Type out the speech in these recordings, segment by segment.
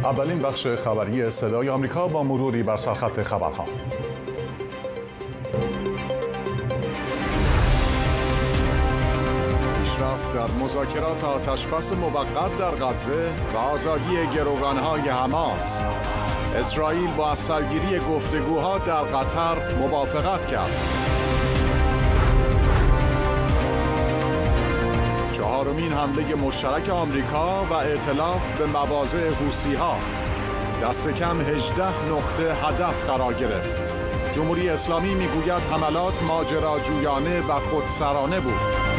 اولین بخش خبری صدای آمریکا با مروری بر سرخط خبرها. پیشرفت در مذاکرات آتشبس موقت در غزه و آزادی گروگانهای حماس. اسرائیل با از سرگیری گفتگوها در قطر موافقت کرد. چهارمین حمله مشترک آمریکا و ائتلاف به مواضع حوثی‌ها. دست کم 18 نقطه هدف قرار گرفت. جمهوری اسلامی میگوید حملات ماجراجویانه و خودسرانه بود.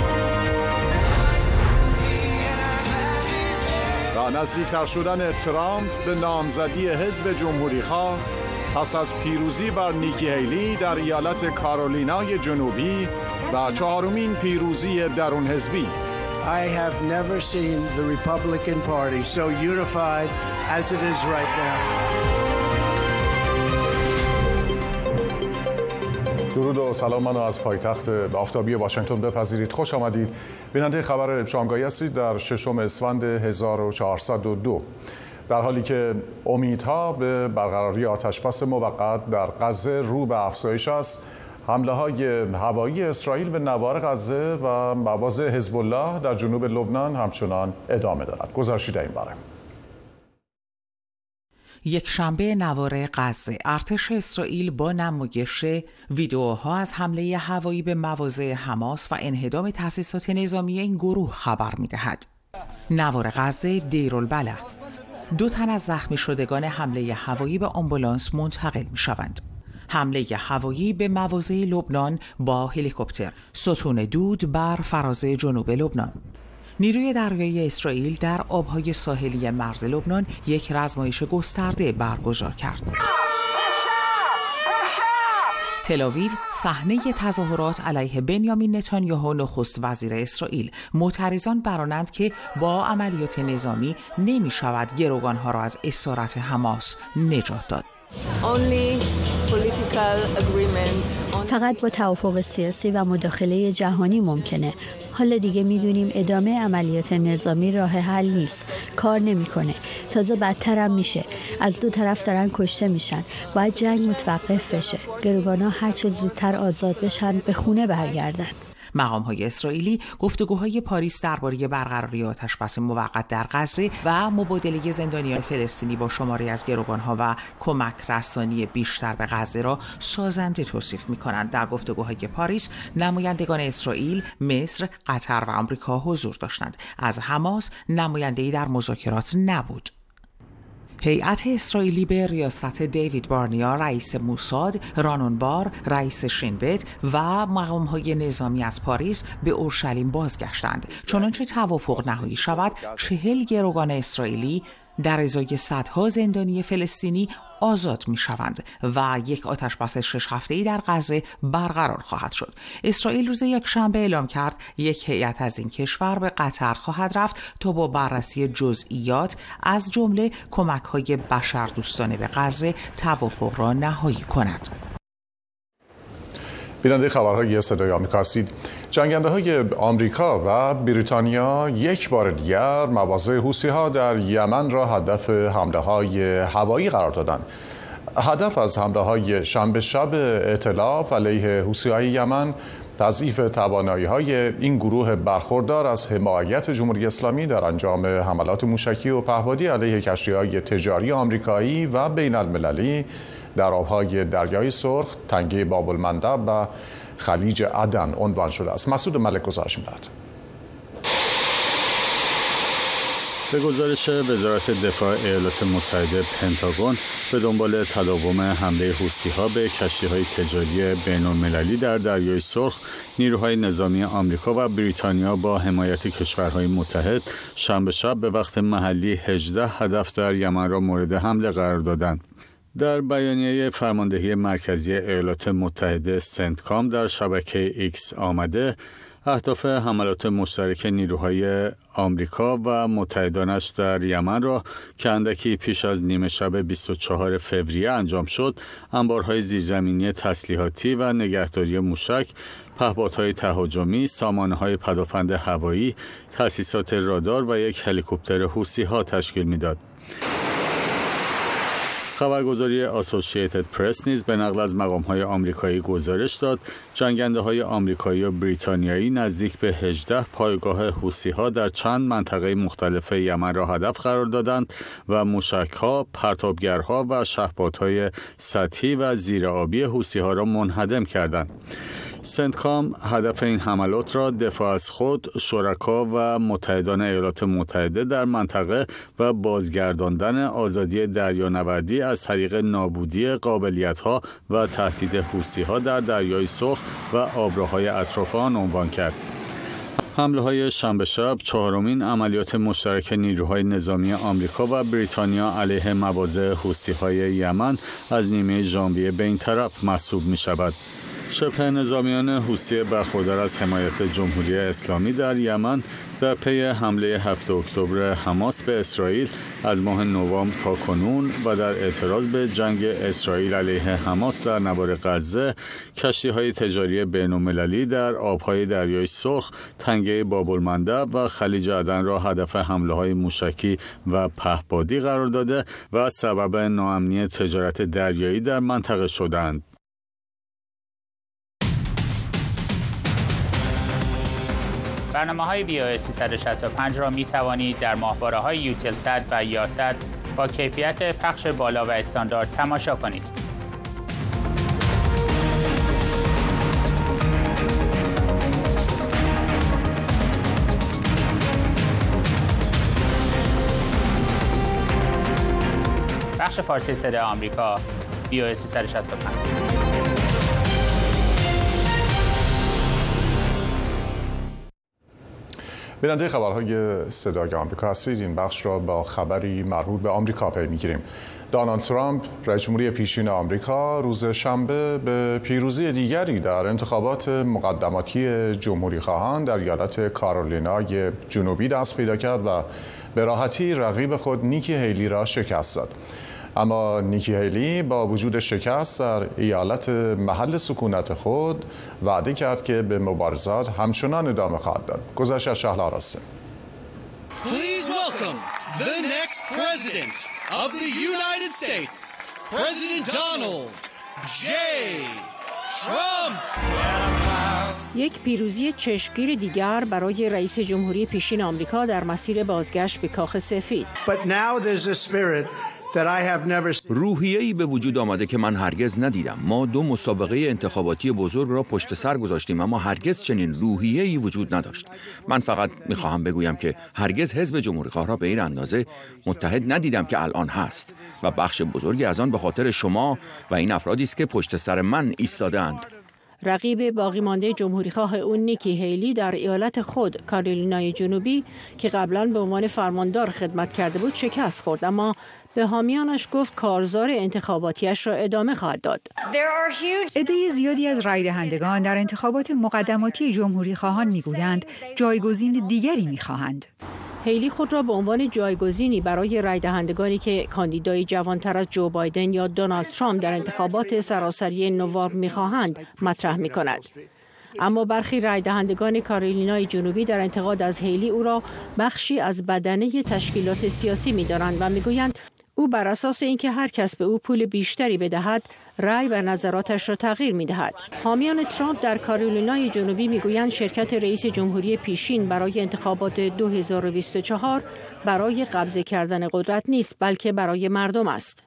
و نزدیکتر شدن ترامپ به نامزدی حزب جمهوری‌خواه پس از پیروزی بر نیکی هیلی در ایالت کارولینای جنوبی و چهارمین پیروزی درون حزبی. I have never seen the Republican Party so unified as it is right now. درود و سلام منو از پایتخت آفتابی واشنگتن بپذیرید. خوش آمدید. بیننده خبر شامگاهی هستید در 6 اسفند 1402. در حالی که امیدها به برقراری آتشبس موقت در غزه رو به افزایش است، حمله‌های هوایی اسرائیل به نوار غزه و مواضع حزب الله در جنوب لبنان همچنان ادامه دارد. گزارشی در این باره. یک شنبه نوار غزه، ارتش اسرائیل با نمایش ویدئوها از حمله هوایی به مواضع حماس و انهدام تأسیسات نظامی این گروه خبر می‌دهد. نوار غزه دیرالبلح. 2 تن از زخمی شدگان حمله هوایی به آمبولانس منتقل می‌شوند. حمله هوایی به مواضع لبنان با هلیکوپتر، ستون دود بر فراز جنوب لبنان. نیروی دریایی اسرائیل در آبهای ساحلی مرز لبنان یک رزمایش گسترده برگزار کرد. تل‌آویو صحنه تظاهرات علیه بنیامین نتانیاهو نخست وزیر اسرائیل. معترضان برانند که با عملیات نظامی نمی شود گروگانها را از اسارت حماس نجات داد. فقط با توافق سیاسی و مداخله جهانی ممکنه. حالا دیگه میدونیم ادامه عملیات نظامی راه حل نیست. کار نمیکنه. تازه بدتر هم میشه. از 2 طرف دارن کشته میشن. باید جنگ متوقف بشه. گروگان‌ها هر چه زودتر آزاد بشن به خونه برگردن. مقام‌های اسرائیلی گفتگوهای پاریس درباره برقراری آتشبس موقت در غزه و مبادله زندانیان فلسطینی با شماری از گروگان‌ها و کمک رسانی بیشتر به غزه را سازنده توصیف می‌کنند. در گفتگوهای پاریس نمایندگان اسرائیل، مصر، قطر و آمریکا حضور داشتند. از حماس نماینده‌ای در مذاکرات نبود. هیئت اسرائیلی به ریاست دیوید بارنیا رئیس موساد، رانون بار رئیس شین بت و مقام‌های نظامی از پاریس به اورشلیم بازگشتند. چنانچه توافق نهایی شود 40 گروگان اسرائیلی در ازای صدها زندانی فلسطینی آزاد می شوند و یک آتشبس 6 هفته‌ای در غزه برقرار خواهد شد. اسرائیل روز یکشنبه اعلام کرد یک هیئت از این کشور به قطر خواهد رفت تا با بررسی جزئیات از جمله کمک‌های بشردوستانه به غزه توافق را نهایی کند. بیننده خبرهای صدای آمریکا هستید. جنگنده‌های آمریکا و بریتانیا یک بار دیگر مواضع حوثی‌ها در یمن را هدف حمله‌های هوایی قرار دادند. هدف از حمله‌های شنبه شب ائتلاف علیه حوثی‌های یمن تضعیف توانایی‌های این گروه برخوردار از حمایت جمهوری اسلامی در انجام حملات موشکی و پهپادی علیه کشتی‌های تجاری آمریکایی و بین‌المللی در آبهای دریای سرخ، تنگه باب‌المندب و خلیج عدن عنوان شده است. مسعود ملک گزارش می‌دهد. به گزارش وزارت دفاع ایالات متحده پنتاگون، به دنبال تداوم حمله حوثی‌ها به کشتی‌های تجاری بین‌المللی در دریای سرخ، نیروهای نظامی آمریکا و بریتانیا با حمایت کشورهای متحد شنبه شب به وقت محلی 18 هدف در یمن را مورد حمله قرار دادند. در بیانیه فرماندهی مرکزی ایالات متحده سنتکام در شبکه ایکس آمده، اهداف حملات مشترک نیروهای آمریکا و متحدانش در یمن را که اندکی پیش از نیمه شب 24 فوریه انجام شد، انبارهای زیرزمینی تسلیحاتی و نگهداری موشک، پهپادهای تهاجمی، سامانه‌های پدافند هوایی، تأسیسات رادار و یک هلیکوپتر حوثی‌ها تشکیل می‌داد. خبرگزاری آسوسییتد پرس نیز به نقل از مقام‌های آمریکایی گزارش داد جنگنده‌های آمریکایی و بریتانیایی نزدیک به 18 پایگاه حوثی‌ها در چند منطقه مختلف یمن را هدف قرار دادند و موشک‌ها، پرتابگرها و شهپادهای سطحی و زیرآبی حوثی‌ها را منهدم کردند. سنتکام هدف این حملات را دفاع از خود، شرکا و متحدان ایالات متحده در منطقه و بازگرداندن آزادی دریانوردی از طریق نابودی قابلیت‌ها و تهدید حوثی‌ها در دریای سرخ و آبراهای اطراف آن عنوان کرد. حمله‌های شنبه شب چهارمین عملیات مشترک نیروهای نظامی آمریکا و بریتانیا علیه مواضع حوثی‌های یمن از نیمه ژانویه به این طرف محسوب می‌شود. شبه نظامیان حوثی برخوردار از حمایت جمهوری اسلامی در یمن در پی حمله 7 اکتبر حماس به اسرائیل از ماه نوامبر تا کنون و در اعتراض به جنگ اسرائیل علیه حماس در نوار غزه، کشتی‌های تجاری بین‌المللی در آب‌های دریای سرخ، تنگه باب‌المندب و خلیج عدن را هدف حمله‌های موشکی و پهپادی قرار داده و سبب ناامنی تجارت دریایی در منطقه شدند. برنامه‌های BOS 365 را می توانید در ماهواره‌های یوتلسات و یاست با کیفیت پخش بالا و استاندارد تماشا کنید. بخش فارسی صدای آمریکا BOS 365. بیننده خبرهای صدای آمریکا هستید. این بخش را با خبری مربوط به آمریکا پی میگیریم. دونالد ترامپ رئیس جمهوری پیشین آمریکا روز شنبه به پیروزی دیگری در انتخابات مقدماتی جمهوری خواهان در ایالت کارولینای جنوبی دست پیدا کرد و به راحتی رقیب خود نیکی هیلی را شکست داد. اما نیکی هیلی با وجود شکست در ایالت محل سکونت خود وعده کرد که به مبارزات همچنان ادامه خواهد داد. گزارش از شهلا راسته. Please welcome the next president of the United States, President Donald J. Trump. یک پیروزی چشمگیر دیگر برای رئیس جمهوری پیشین آمریکا در مسیر بازگشت به کاخ سفید. But now there's a spirit that I have never seen. روحیه‌ای به وجود آمده که من هرگز ندیدم. ما 2 مسابقه انتخاباتی بزرگ را پشت سر گذاشتیم اما هرگز چنین روحیه‌ای وجود نداشت. من فقط می‌خواهم بگویم که هرگز حزب جمهوری‌خواه را به این اندازه متحد ندیدم که الان هست و بخش بزرگی از آن به خاطر شما و این افرادی است که پشت سر من ایستاده‌اند. رقیب باقی مانده جمهوریخواه اون نیکی هیلی در ایالت خود کارولینای جنوبی که قبلا به عنوان فرماندار خدمت کرده بود شکست خورد، اما به حامیانش گفت کارزار انتخاباتیش را ادامه خواهد داد. عده زیادی از رای دهندگان در انتخابات مقدماتی جمهوری خواهان میگویند جایگزین دیگری میخواهند. هیلی خود را به عنوان جایگزینی برای رای دهندگانی که کاندیدای جوانتر از جو بایدن یا دونالد ترامپ در انتخابات سراسری نوامبر میخواهند مطرح میکند. اما برخی رای دهندگان کارولینای جنوبی در انتقاد از هیلی او را بخشی از بدنه تشکیلات سیاسی می‌دانند و می‌گویند او بر اساس اینکه هر کس به او پول بیشتری بدهد رای و نظراتش را تغییر می‌دهد. حامیان ترامپ در کارولینای جنوبی می‌گویند شرکت رئیس جمهوری پیشین برای انتخابات 2024 برای قبضه کردن قدرت نیست بلکه برای مردم است.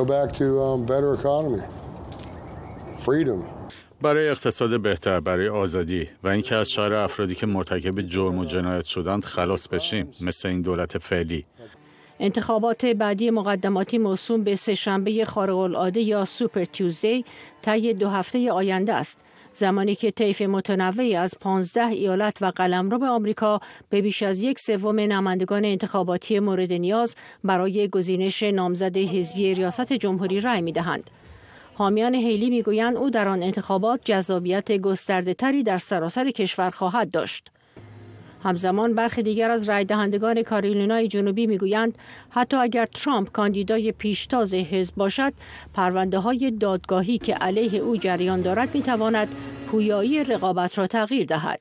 برای اقتصاد بهتر، برای آزادی و اینکه از شر افرادی که مرتکب جرم و جنایت شدند خلاص بشیم، مثل این دولت فعلی. انتخابات بعدی مقدماتی موسوم به سه‌شنبه خارق‌العاده یا سوپر تیوزدی طی 2 هفته آینده است، زمانی که طیف متنوعی از 15 ایالت و قلمرو آمریکا به بیش از 1/3 نمایندگان انتخاباتی مورد نیاز برای گزینش نامزد حزبی ریاست جمهوری رای می‌دهند. حامیان هیلی میگویند او در آن انتخابات جذابیت گسترده‌تری در سراسر کشور خواهد داشت. همزمان برخی دیگر از رای دهندگان کارولینای جنوبی میگویند حتی اگر ترامپ کاندیدای پیشتاز حزب باشد، پرونده‌های دادگاهی که علیه او جریان دارد میتواند پویایی رقابت را تغییر دهد.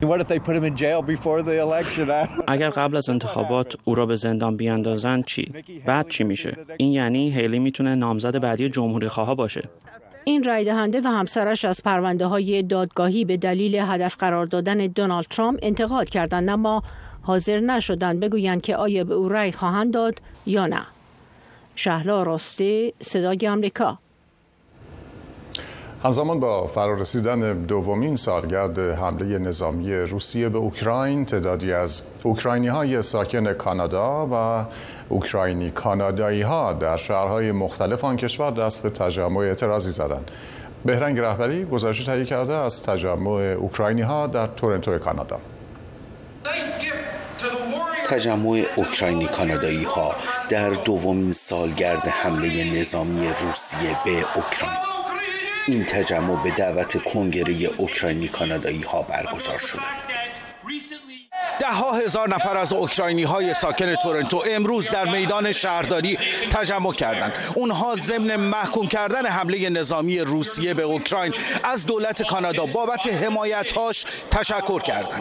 اگر قبل از انتخابات او را به زندان بیاندازند چی؟ بعد چی میشه؟ این یعنی هیلی میتونه نامزد بعدی جمهوری‌خواها باشه. این رای دهنده و همسرش از پرونده‌های دادگاهی به دلیل هدف قرار دادن دونالد ترامپ انتقاد کردند، اما حاضر نشدند بگویند که آیا به او رای خواهند داد یا نه. شهلا راستی، صدای آمریکا. همزمان با فرارسیدن دومین سالگرد حمله نظامی روسیه به اوکراین، تعدادی از اوکراینی‌های ساکن کانادا و اوکراینی کانادایی‌ها در شهرهای مختلف آن کشور دست به تجمع اعتراضی زدند. بهرنگ رهبری گزارشی تهیه کرده از تجمع اوکراینی‌ها در تورنتو کانادا. تجمع اوکراینی کانادایی‌ها در دومین سالگرد حمله نظامی روسیه به اوکراین. این تجمع به دعوت کنگره اوکراینی کانادایی ها برگزار شده. ده‌ها هزار نفر از اوکراینی‌های ساکن تورنتو امروز در میدان شهرداری تجمع کردند. اونها ضمن محکوم کردن حمله نظامی روسیه به اوکراین از دولت کانادا بابت حمایت‌هاش تشکر کردند.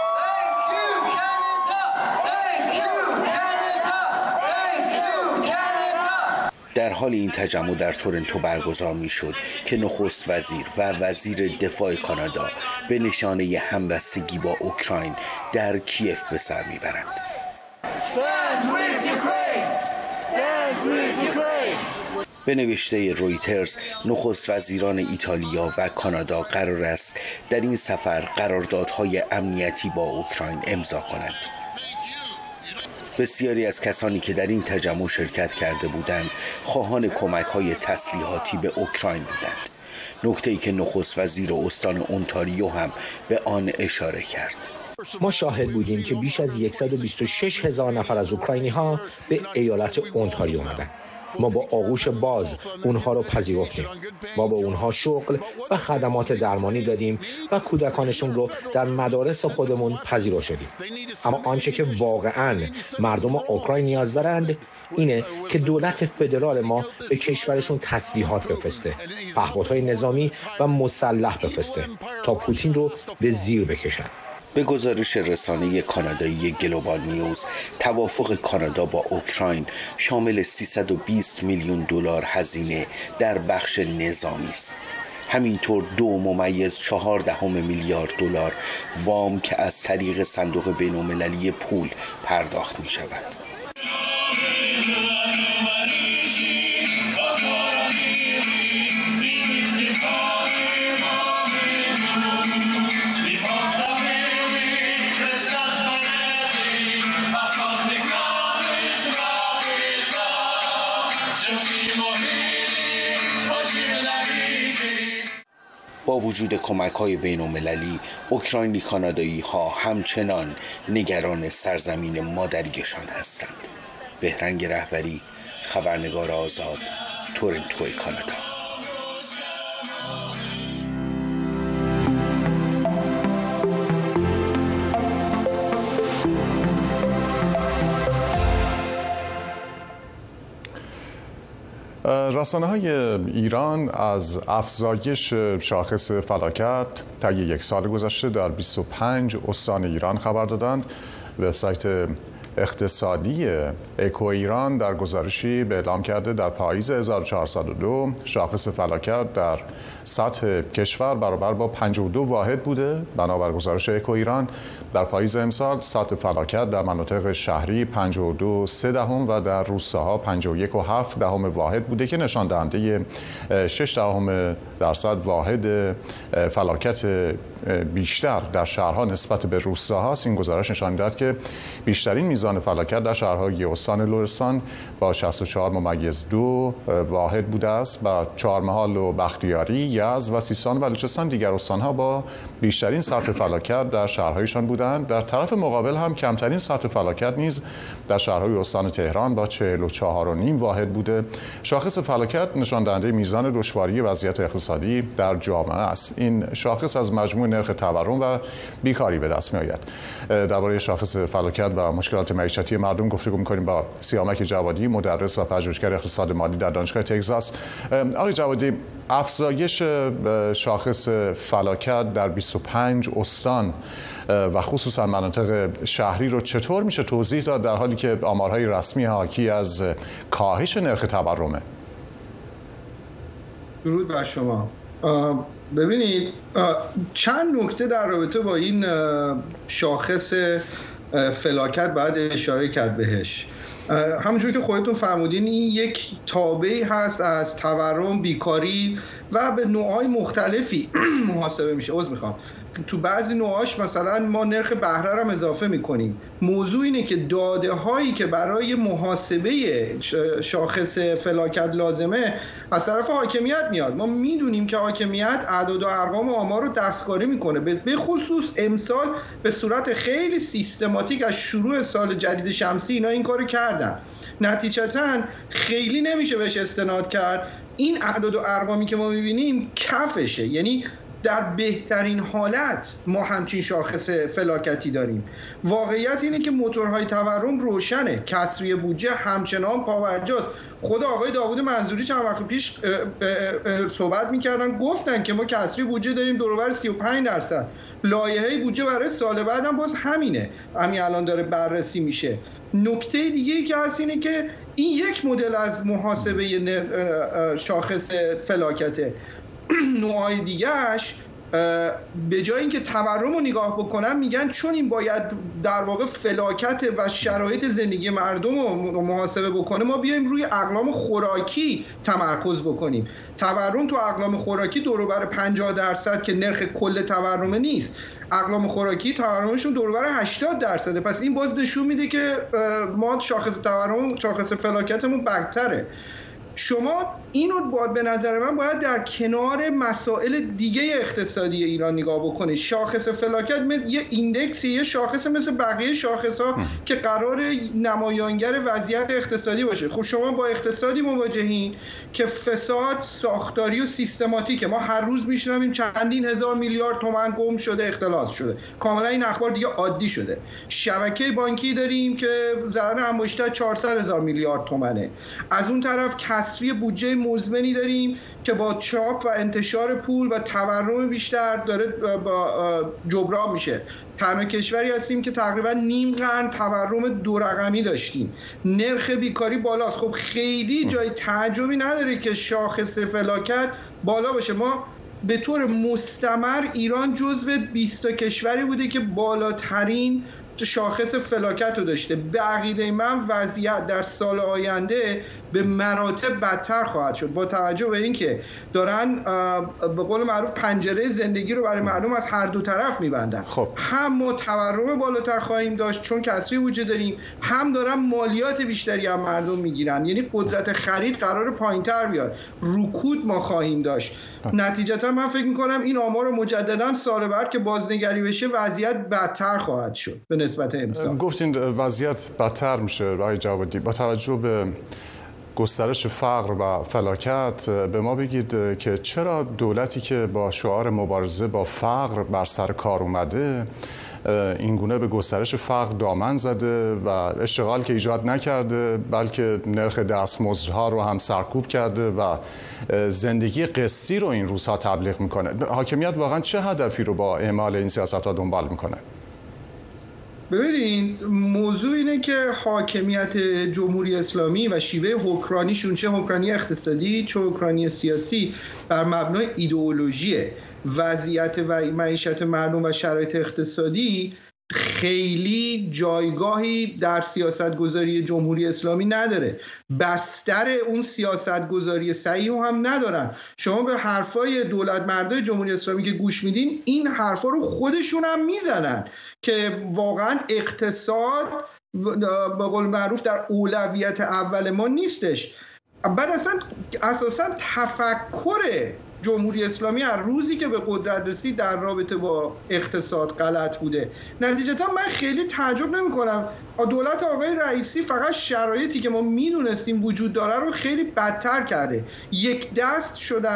در حال این تجمع در تورنتو برگزار می‌شد که نخست وزیر و وزیر دفاع کانادا به نشانه همبستگی با اوکراین در کیف به سر می‌برند. به نوشته رویترز، نخست وزیران ایتالیا و کانادا قرار است در این سفر قراردادهای امنیتی با اوکراین امضا کنند. بسیاری از کسانی که در این تجمع شرکت کرده بودند خواهان کمک‌های تسلیحاتی به اوکراین بودند. نکته‌ای که نخست وزیر استان اونتاریو هم به آن اشاره کرد. ما شاهد بودیم که بیش از 126,000 نفر از اوکراینی‌ها به ایالت اونتاریو آمدند. ما با آغوش باز اونها رو پذیرفتیم. ما با اونها شغل و خدمات درمانی دادیم و کودکانشون رو در مدارس خودمون پذیرا شدیم. اما آنچه که واقعاً مردم اوکراین نیاز دارند اینه که دولت فدرال ما به کشورشون تسلیحات بفرسته، پهپادهای نظامی و مسلح بفرسته تا پوتین رو به زیر بکشن. به گزارش رسانه کانادایی گلوبال نیوز، توافق کانادا با اوکراین شامل 320 میلیون دلار هزینه در بخش نظامی است. همینطور 2.4 میلیارد دلار وام که از طریق صندوق بین‌المللی پول پرداخت می شود. با وجود کمک‌های بین‌المللی، اوکراینی کانادایی‌ها همچنان نگران سرزمین مادریشان هستند. بهرنگ رهبری، خبرنگار آزاد، تورنتو کانادا. رسانه‌های ایران از افزایش شاخص فلاکت طی یک سال گذشته در 25 استان ایران خبر دادند. وبسایت اقتصادی اکو ایران در گزارشی به اعلام کرده در پاییز 1402 شاخص فلاکت در سطح کشور برابر با 52 واحد بوده. بنابر گزارش اکو ایران در پاییز امسال سطح فلاکت در مناطق شهری 52.3 و در روستاها 51.7 واحد بوده که نشان دهنده 6% واحد فلاکت بیشتر در شهرها نسبت به روستاهاست. این گزارش نشان می‌دهد که بیشترین میزان فلاکت در شهرهای استان لرستان با 64.2 واحد بوده است و چهارمحال و بختیاری، یزد و سیستان و بلوچستان دیگر استانها با بیشترین سطح فلاکت در شهرهایشان بودند. در طرف مقابل هم کمترین سطح فلاکت نیز در شهرهای استان تهران با 44.5 واحد بوده. شاخص فلاکت نشان دهنده میزان دشواری وضعیت اقتصادی در جامعه است. این شاخص از مجموع نرخ تورم و بیکاری به دست می‌آید. درباره شاخص فلاکت و مشکلات معیشتی مردم گفتگو می‌کنیم با سیامک جوادی، مدرس و پژوهشگر اقتصاد مالی در دانشگاه تگزاس. آقای جوادی، افزایش شاخص فلاکت در 25 استان و خصوصا مناطق شهری رو چطور میشه توضیح داد در حالی که آمارهای رسمی حاکی از کاهش نرخ تورمه؟ درود بر شما. ببینید چند نکته در رابطه با این شاخص فلاکت باید اشاره کرد بهش. همونجور که خودتون فرمودین این یک تابعی هست از تورم، بیکاری و به نوعهای مختلفی محاسبه میشه. تو بعضی نوعاش مثلا ما نرخ بهره رو اضافه میکنیم. موضوع اینه که داده هایی که برای محاسبه شاخص فلاکت لازمه از طرف حاکمیت میاد. ما میدونیم که حاکمیت اعداد و ارقام و آمار رو دستکاری میکنه، به خصوص امسال به صورت خیلی سیستماتیک از شروع سال جدید شمسی اینا این کارو کردن. نتیجتاً خیلی نمیشه بهش استناد کرد. این اعداد و ارقامی که ما میبینیم کفشه، یعنی در بهترین حالت ما همچین شاخص فلاکتی داریم. واقعیت اینه که موتورهای تورم روشنه، کسری بودجه همچنان پابرجاست. خود آقای داوود منظوری چند وقت پیش صحبت میکردن، گفتن که ما کسری بودجه داریم دورور 35%. لایحه بودجه برای سال بعد هم باز همینه، همین الان داره بررسی میشه. نکته دیگه ای که هست اینه که این یک مدل از محاسبه شاخص فلاکته. نوعای دیگهش به جای اینکه تورم رو نگاه بکنن میگن چون این باید در واقع فلاکت و شرایط زندگی مردم رو محاسبه بکنه، ما بیایم روی اقلام خوراکی تمرکز بکنیم. تورم تو اقلام خوراکی دور و بر 50% که نرخ کل تورم نیست. اقلام خوراکی تورمشون دور و بر 80%. پس این باز نشون میده که ما شاخص تورم، شاخص فلاکتمون بدتره. شما اینو به نظر من باید در کنار مسائل دیگه اقتصادی ایران نگاه بکنید. شاخص فلاکت یه ایندکسی، یه شاخص مثل بقیه شاخص‌ها که قرار نمایانگر وضعیت اقتصادی باشه. خب شما با اقتصادی مواجهین که فساد ساختاری و سیستماتیکه. ما هر روز میشنویم چندین هزار میلیارد تومان گم شده، اختلاس شده. کاملا این اخبار دیگه عادی شده. شبکه بانکی داریم که ضرر انباشته 400,000 میلیارد تومانه. از اون طرف کسری بودجه مزمنی داریم که با چاپ و انتشار پول و تورم بیشتر داره جبران میشه. تنها کشوری هستیم که تقریبا نیم قرن تورم 2 رقمی داشتیم. نرخ بیکاری بالاست. خب خیلی جای تعجبی نداره که شاخص فلاکت بالا باشه. ما به طور مستمر ایران جزو 20 کشوری بوده که بالاترین شاخص فلاکت رو داشته. به عقیده من وضعیت در سال آینده به مراتب بدتر خواهد شد، با توجه به اینکه دارن به قول معروف پنجره زندگی رو برای مردم از هر دو طرف میبندن. خب. هم ما تورم بالاتر خواهیم داشت چون کسری وجود داریم، هم دارن مالیات بیشتری از مردم میگیرن، یعنی قدرت خرید قرار پایینتر بیاد. رکود ما خواهیم داشت. نتیجتا من فکر میکنم این آمار رو مجددا سال بعد که بازنگری بشه وضعیت بدتر خواهد شد به نسبت امسال. گفتین وضعیت بدتر میشه آقای جوادی. با توجه به گسترش فقر و فلاکت به ما بگید که چرا دولتی که با شعار مبارزه با فقر بر سر کار اومده اینگونه به گسترش فقر دامن زده و اشتغال که ایجاد نکرده بلکه نرخ دستمزدها رو هم سرکوب کرده و زندگی قسطی رو این روزها تبلیغ میکنه. حاکمیت واقعا چه هدفی رو با اعمال این سیاست‌ها دنبال میکنه؟ ببینید موضوع اینه که حاکمیت جمهوری اسلامی و شیوه حکمرانیشون، چه حکمرانی اقتصادی چه حکمرانی سیاسی، بر مبنای ایدئولوژی وضعیت و معیشت مردم و شرایط اقتصادی خیلی جایگاهی در سیاستگذاری جمهوری اسلامی نداره. بستر اون سیاستگذاری صحیح هم ندارن. شما به حرفای دولت مردای جمهوری اسلامی که گوش میدین این حرفا رو خودشون هم میزنن که واقعا اقتصاد به قول معروف در اولویت اول ما نیستش. بعد اساسا تفکر جمهوری اسلامی از روزی که به قدرت رسید در رابطه با اقتصاد غلط بوده. نتیجتا من خیلی تعجب نمی کنم دولت آقای رئیسی فقط شرایطی که ما میدونستیم وجود داره رو خیلی بدتر کرده. یک دست شدن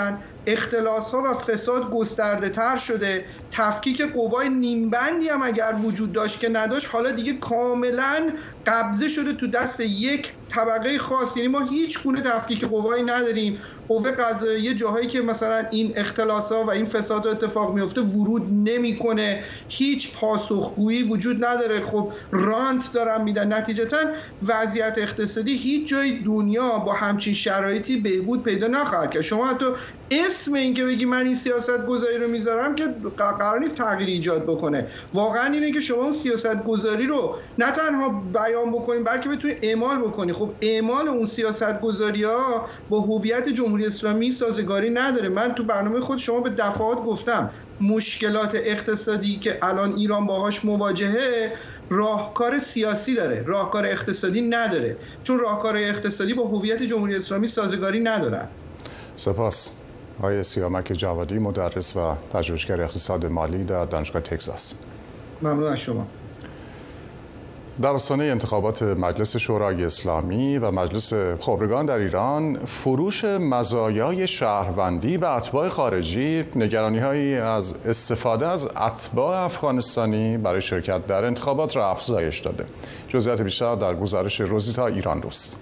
اختلاس‌ها و فساد گسترده تر شده. تفکیک قوای نیمبندی هم اگر وجود داشت که نداشت، حالا دیگه کاملا قبضه شده تو دست یک طبقه خاص. یعنی ما هیچ گونه تفکیک قوایی نداریم. قوه قضاییه جاهایی که مثلا این اختلاس‌ها و این فساد اتفاق میفته ورود نمیکنه، هیچ پاسخگویی وجود نداره. خب رانت دارن میدن. نتیجتاً وضعیت اقتصادی هیچ جای دنیا با همچین شرایطی بهبود پیدا نخواهد کرد. شما حتی اسم این که بگی من این سیاست گذاری رو میذارم که قرار نیست تغییر ایجاد بکنه. واقعا اینه که شما اون سیاست گذاری رو نه تنها بیان بکنید بلکه بتونید اعمال بکنید. خب اعمال اون سیاست گذاری ها با هویت جمهوری اسلامی سازگاری نداره. من تو برنامه خود شما به دفعات گفتم مشکلات اقتصادی که الان ایران باهاش مواجهه راهکار سیاسی داره، راهکار اقتصادی نداره، چون راهکار اقتصادی با هویت جمهوری اسلامی سازگاری ندارن. سپاس. آقای سیامک جوادی، مدرس و پژوهشگر اقتصاد مالی در دانشگاه تگزاس. ممنون از شما. در آستانه انتخابات مجلس شورای اسلامی و مجلس خبرگان در ایران، فروش مزایای شهروندی به اتباع خارجی نگرانی‌هایی از استفاده از اتباع افغانستانی برای شرکت در انتخابات را افزایش داده. جزئیات بیشتر در گزارش روزیتا ایران دوست.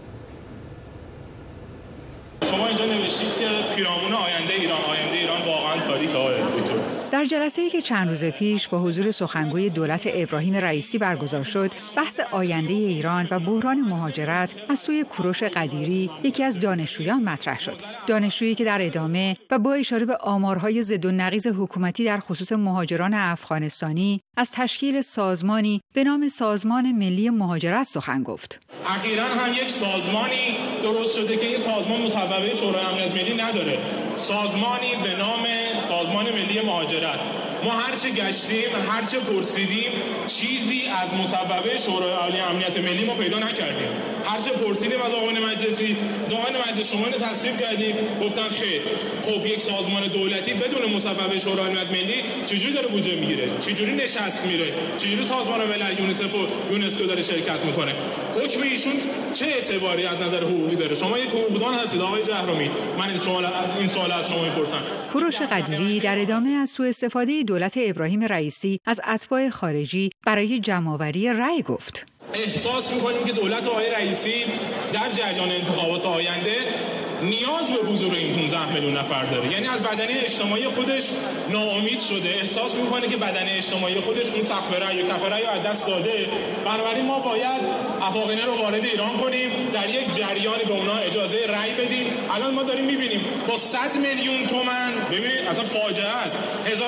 شما اینجا نوشتید که پیرامون آینده ایران واقعا تاریکه آقای دکتر. در جلسه‌ای که چند روز پیش با حضور سخنگوی دولت ابراهیم رئیسی برگزار شد، بحث آینده ایران و بحران مهاجرت از سوی کوروش قدیری، یکی از دانشجویان مطرح شد. دانشجویی که در ادامه و با اشاره به آمارهای ضد و نقیض حکومتی در خصوص مهاجران افغانستانی از تشکیل سازمانی به نام سازمان ملی مهاجرت سخن گفت. اخیراً هم یک سازمانی درست شده که این سازمان مصوبه شورای امنیت ملی نداره. سازمانی به نام سازمان ملی مهاجرت. ما هرچه گشتیم، هرچه پرسیدیم، چیزی از مصوبه شورای عالی امنیت ملی ما پیدا نکردیم. هرچه پرسیدیم از آقایان مجلسی، آقایان مجلس شما اینو تصویب کردید، گفتن خیر. خب یک سازمان دولتی بدون مصوبه شورای امنیت ملی چجوری داره بودجه میگیره؟ چجوری نشست میره؟ چجوری سازمان ملل یونیسف و یونسکو داره شرکت میکنه؟ حکم ایشون چه اعتباری از نظر حقوقی داره؟ شما یک حقوقدان هستید آقای جهرومی. من این سوال از شما میپرسم. کوروش قدیری در ادامه از سوء استفاده دولت ابراهیم رئیسی از اتباع خارجی برای جمع‌آوری رأی گفت. احساس می‌کنیم که دولت آقای رئیسی در جریان انتخابات آینده نیاز به حضور این 15 میلیون نفر داره. یعنی از بدنه اجتماعی خودش ناامید شده، احساس میکنه که بدنه اجتماعی خودش اون سقف رأی و کف رأی رو از دست داده. بنابراین ما باید افاقینه رو وارد ایران کنیم، در یک جریانی به اونا اجازه رأی بدیم. الان ما داریم میبینیم با 100 میلیون تومان، ببینید اصلا فاجعه است،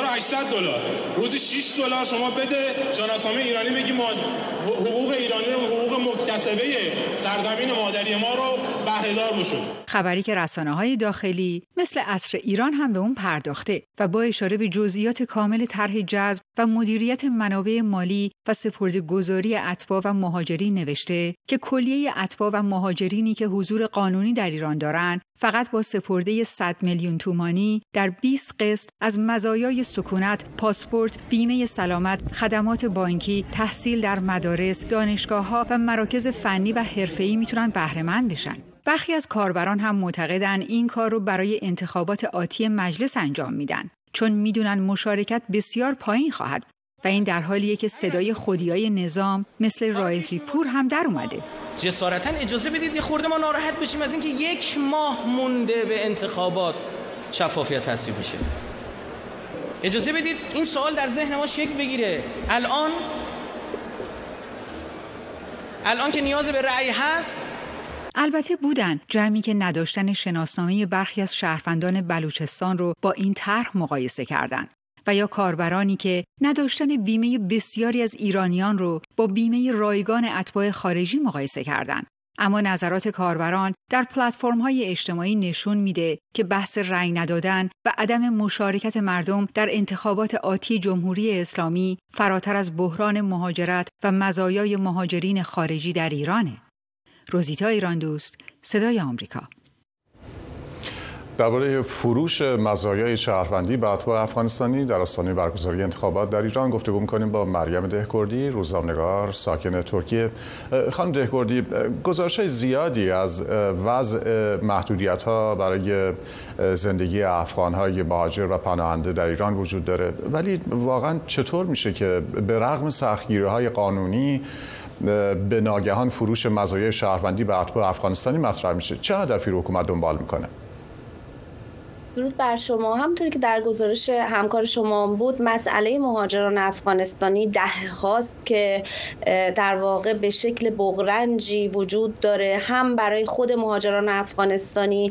$1800 روزی $6 شما بده شناسنامه ایرانی بگی ما حقوق ایرانی رو، حقوق مکتسبه سرزمین مادری ما رو بهره دار بشیم. خبری که رسانه‌های داخلی مثل عصر ایران هم به اون پرداخته و با اشاره به جزئیات کامل طرح جذب و مدیریت منابع مالی و سپرده‌گذاری اتباع و مهاجرین نوشته که کلیه اتباع و مهاجرینی که حضور قانونی در ایران دارند فقط با سپرده 100 میلیون تومانی در 20 قسط از مزایای سکونت، پاسپورت، بیمه سلامت، خدمات بانکی، تحصیل در مدارس، دانشگاه‌ها و مراکز فنی و حرفه‌ای میتونن بهره مند بشن. برخی از کاربران هم معتقدن این کار رو برای انتخابات آتی مجلس انجام میدن، چون میدونن مشارکت بسیار پایین خواهد و این در حالیه که صدای خودیای نظام مثل رائفی پور هم در اومده. جسارتاً اجازه بدید یه خورده ما ناراحت بشیم از اینکه 1 ماه مونده به انتخابات شفافیت تصویب بشه. اجازه بدید این سوال در ذهن ما شکل بگیره. الان که نیاز به رأی هست، البته بودن جمعی که نداشتن شناسنامه برخی از شهروندان بلوچستان رو با این طرح مقایسه کردند و یا کاربرانی که نداشتن بیمه بسیاری از ایرانیان رو با بیمه رایگان اتباع خارجی مقایسه کردند. اما نظرات کاربران در پلتفرم‌های اجتماعی نشون میده که بحث رأی ندادن و عدم مشارکت مردم در انتخابات آتی جمهوری اسلامی فراتر از بحران مهاجرت و مزایای مهاجرین خارجی در ایرانه. روزیتا ایران دوست، صدای آمریکا. درباره فروش مزایای شهروندی به اتباع افغانستانی در آستانه برگزاری انتخابات در ایران گفتگو می‌کنیم با مریم دهکردی، روزنامه‌نگار ساکن ترکیه. خانم دهکردی، گزارش‌های زیادی از وضع محدودیت‌ها برای زندگی افغان‌های مهاجر و پناهنده در ایران وجود داره، ولی واقعاً چطور میشه که به رغم سختگیری‌های قانونی به ناگهان فروش مزایای شهروندی به اتباع افغانستانی مطرح میشه؟ چه هدفی رو حکومت دنبال میکنه؟ درود بر شما. همونطوری که در گزارش همکار شما بود، مسئله مهاجران افغانستانی دهه هاست که در واقع به شکل بغرنجی وجود داره، هم برای خود مهاجران افغانستانی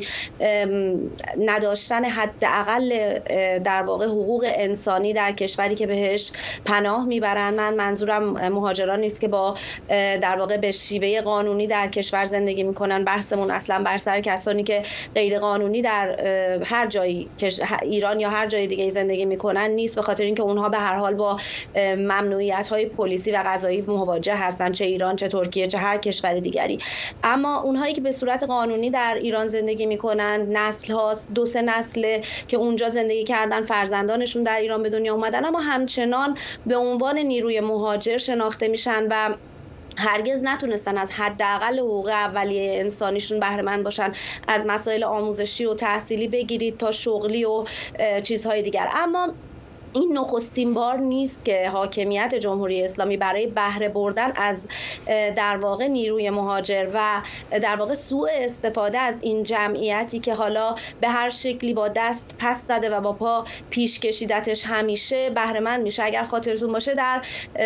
نداشتن حداقل در واقع حقوق انسانی در کشوری که بهش پناه میبرن. من منظورم مهاجران نیست که با در واقع به شیوه قانونی در کشور زندگی میکنن. بحثمون اصلا بر سر کسانی که غیر قانونی در هر جایی ایران یا هر جای دیگه زندگی میکنن نیست، به خاطر اینکه اونها به هر حال با ممنوعیت‌های پلیسی و قضایی مواجه هستن، چه ایران چه ترکیه چه هر کشور دیگری. اما اونهایی که به صورت قانونی در ایران زندگی میکنن، نسل هاست، 2-3 نسل که اونجا زندگی کردن، فرزندانشون در ایران به دنیا اومدن، اما همچنان به عنوان نیروی مهاجر شناخته میشن و هرگز نتونستن از حداقل حقوق اولیه انسانیشون بهره مند باشن، از مسائل آموزشی و تحصیلی بگیرید تا شغلی و چیزهای دیگر. اما این نخستین بار نیست که حاکمیت جمهوری اسلامی برای بهره بردن از در واقع نیروی مهاجر و در واقع سوء استفاده از این جمعیتی که حالا به هر شکلی با دست پس زده و با پا پیش کشیدتش همیشه بهره مند میشه. اگر خاطرتون باشه در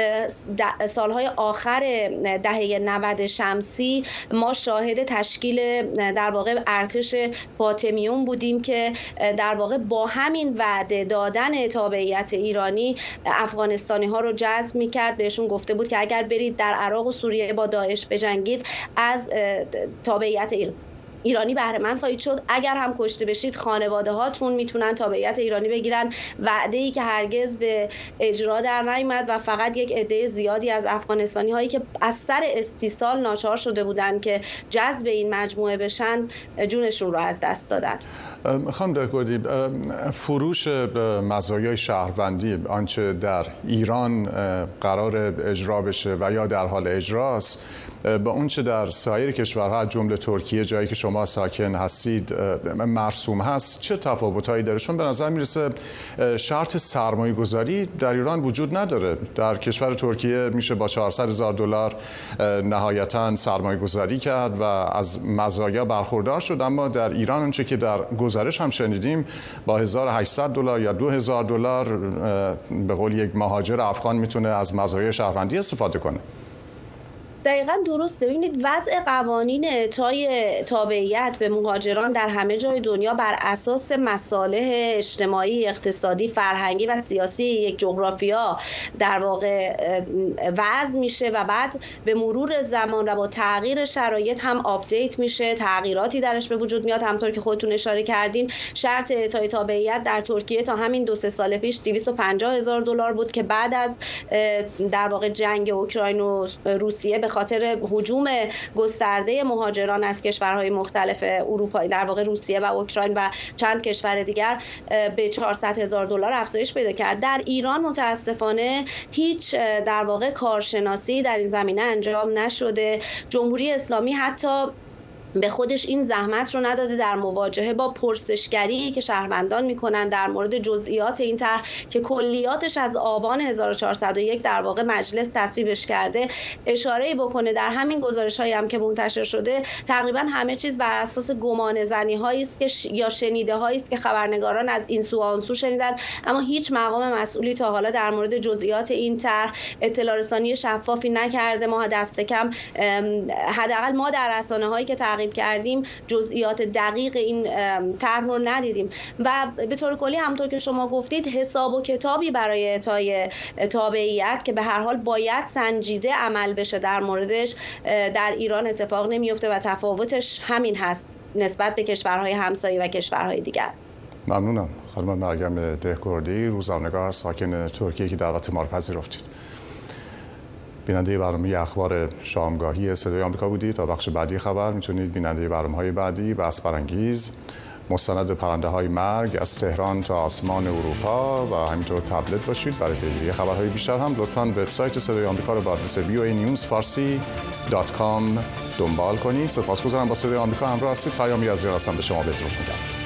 سالهای آخر دهه 90 شمسی ما شاهد تشکیل در واقع ارتش فاطمیون بودیم که در واقع با همین وعده دادن تابعیت ایرانی افغانستانی ها رو جذب می‌کرد. بهشون گفته بود که اگر برید در عراق و سوریه با داعش بجنگید از تابعیت ایرانی بهره مند خواهید شد، اگر هم کشته بشید خانواده هاتون میتونن تابعیت ایرانی بگیرن. وعده‌ای که هرگز به اجرا در نیامد و فقط یک عده زیادی از افغانستانی هایی که از سر استیصال ناچار شده بودن که جذب این مجموعه بشن جونشون رو از دست دادن. خانم دهکردی، فروش مزایای شهروندی آنچه در ایران قرار اجرا بشه و یا در حال اجراست با اونچه در سایر کشورها جمله ترکیه، جایی که شما ساکن هستید، مرسوم هست، چه تفاوتایی داره؟ چون به نظر میرسه شرط سرمایه گذاری در ایران وجود نداره. در کشور ترکیه میشه با $400,000 نهایتا سرمایه گذاری کرد و از مزایا برخوردار شد، اما در ایران اونچه که در گزارش هم شنیدیم با $1,800 یا $2,000 به قول یک مهاجر افغان میتونه از مزایای شهروندی استفاده کنه. دقیقاً درسته. ببینید وضع قوانین اعطای تابعیت به مهاجران در همه جای دنیا بر اساس مصالح اجتماعی، اقتصادی، فرهنگی و سیاسی یک جغرافیا در واقع وضع میشه و بعد به مرور زمان و با تغییر شرایط هم آپدیت میشه، تغییراتی درش به وجود میاد. همونطور که خودتون اشاره کردین شرط اعطای تابعیت در ترکیه تا همین 2-3 سال پیش $250,000 بود که بعد از در واقع جنگ اوکراین و روسیه به خاطر هجوم گسترده مهاجران از کشورهای مختلف اروپا، در واقع روسیه و اوکراین و چند کشور دیگر، به $400,000 افزایش پیدا کرد. در ایران متاسفانه هیچ در واقع کارشناسی در این زمینه انجام نشده. جمهوری اسلامی حتی به خودش این زحمت رو نداده در مواجهه با پرسشگری که شهروندان میکنن در مورد جزئیات این طرح که کلیاتش از آبان 1401 در واقع مجلس تصویبش کرده اشاره بکنه. در همین گزارش‌هایی هم که منتشر شده تقریبا همه چیز بر اساس گمان زنی هایی است که یا شنیده هایی است که خبرنگاران از این سو آن سو شنیدن، اما هیچ مقام مسئولی تا حالا در مورد جزئیات این طرح اطلاع رسانی شفافی نکرده. ما دست کم حداقل ما در رسانه‌هایی که کردیم جزئیات دقیق این طرح رو ندیدیم و به طور کلی همونطور که شما گفتید حساب و کتابی برای اعطای تابعیت که به هر حال باید سنجیده عمل بشه در موردش در ایران اتفاق نمیفته و تفاوتش همین هست نسبت به کشورهای همسایه و کشورهای دیگر. ممنونم خانم مریم دهکردی، روزنامه‌نگار ساکن ترکیه که دعوت ما رو پذیرفتید. بیننده برنامه اخبار شامگاهی صدای آمریکا بودید. تا بخش بعدی خبر میتونید بیننده برنامه‌های بعدی بحث برانگیز مستند پرنده های مرگ از تهران تا آسمان اروپا و همینطور تبلت باشید. برای پیگیری خبرهای بیشتر هم لطفاً وبسایت صدای آمریکا رو با آدرس voanewsfarsi.com دنبال کنید. سپاسگزارم با صدای آمریکا همراه هستید. پیامی از هستم به شما بدرود میگم.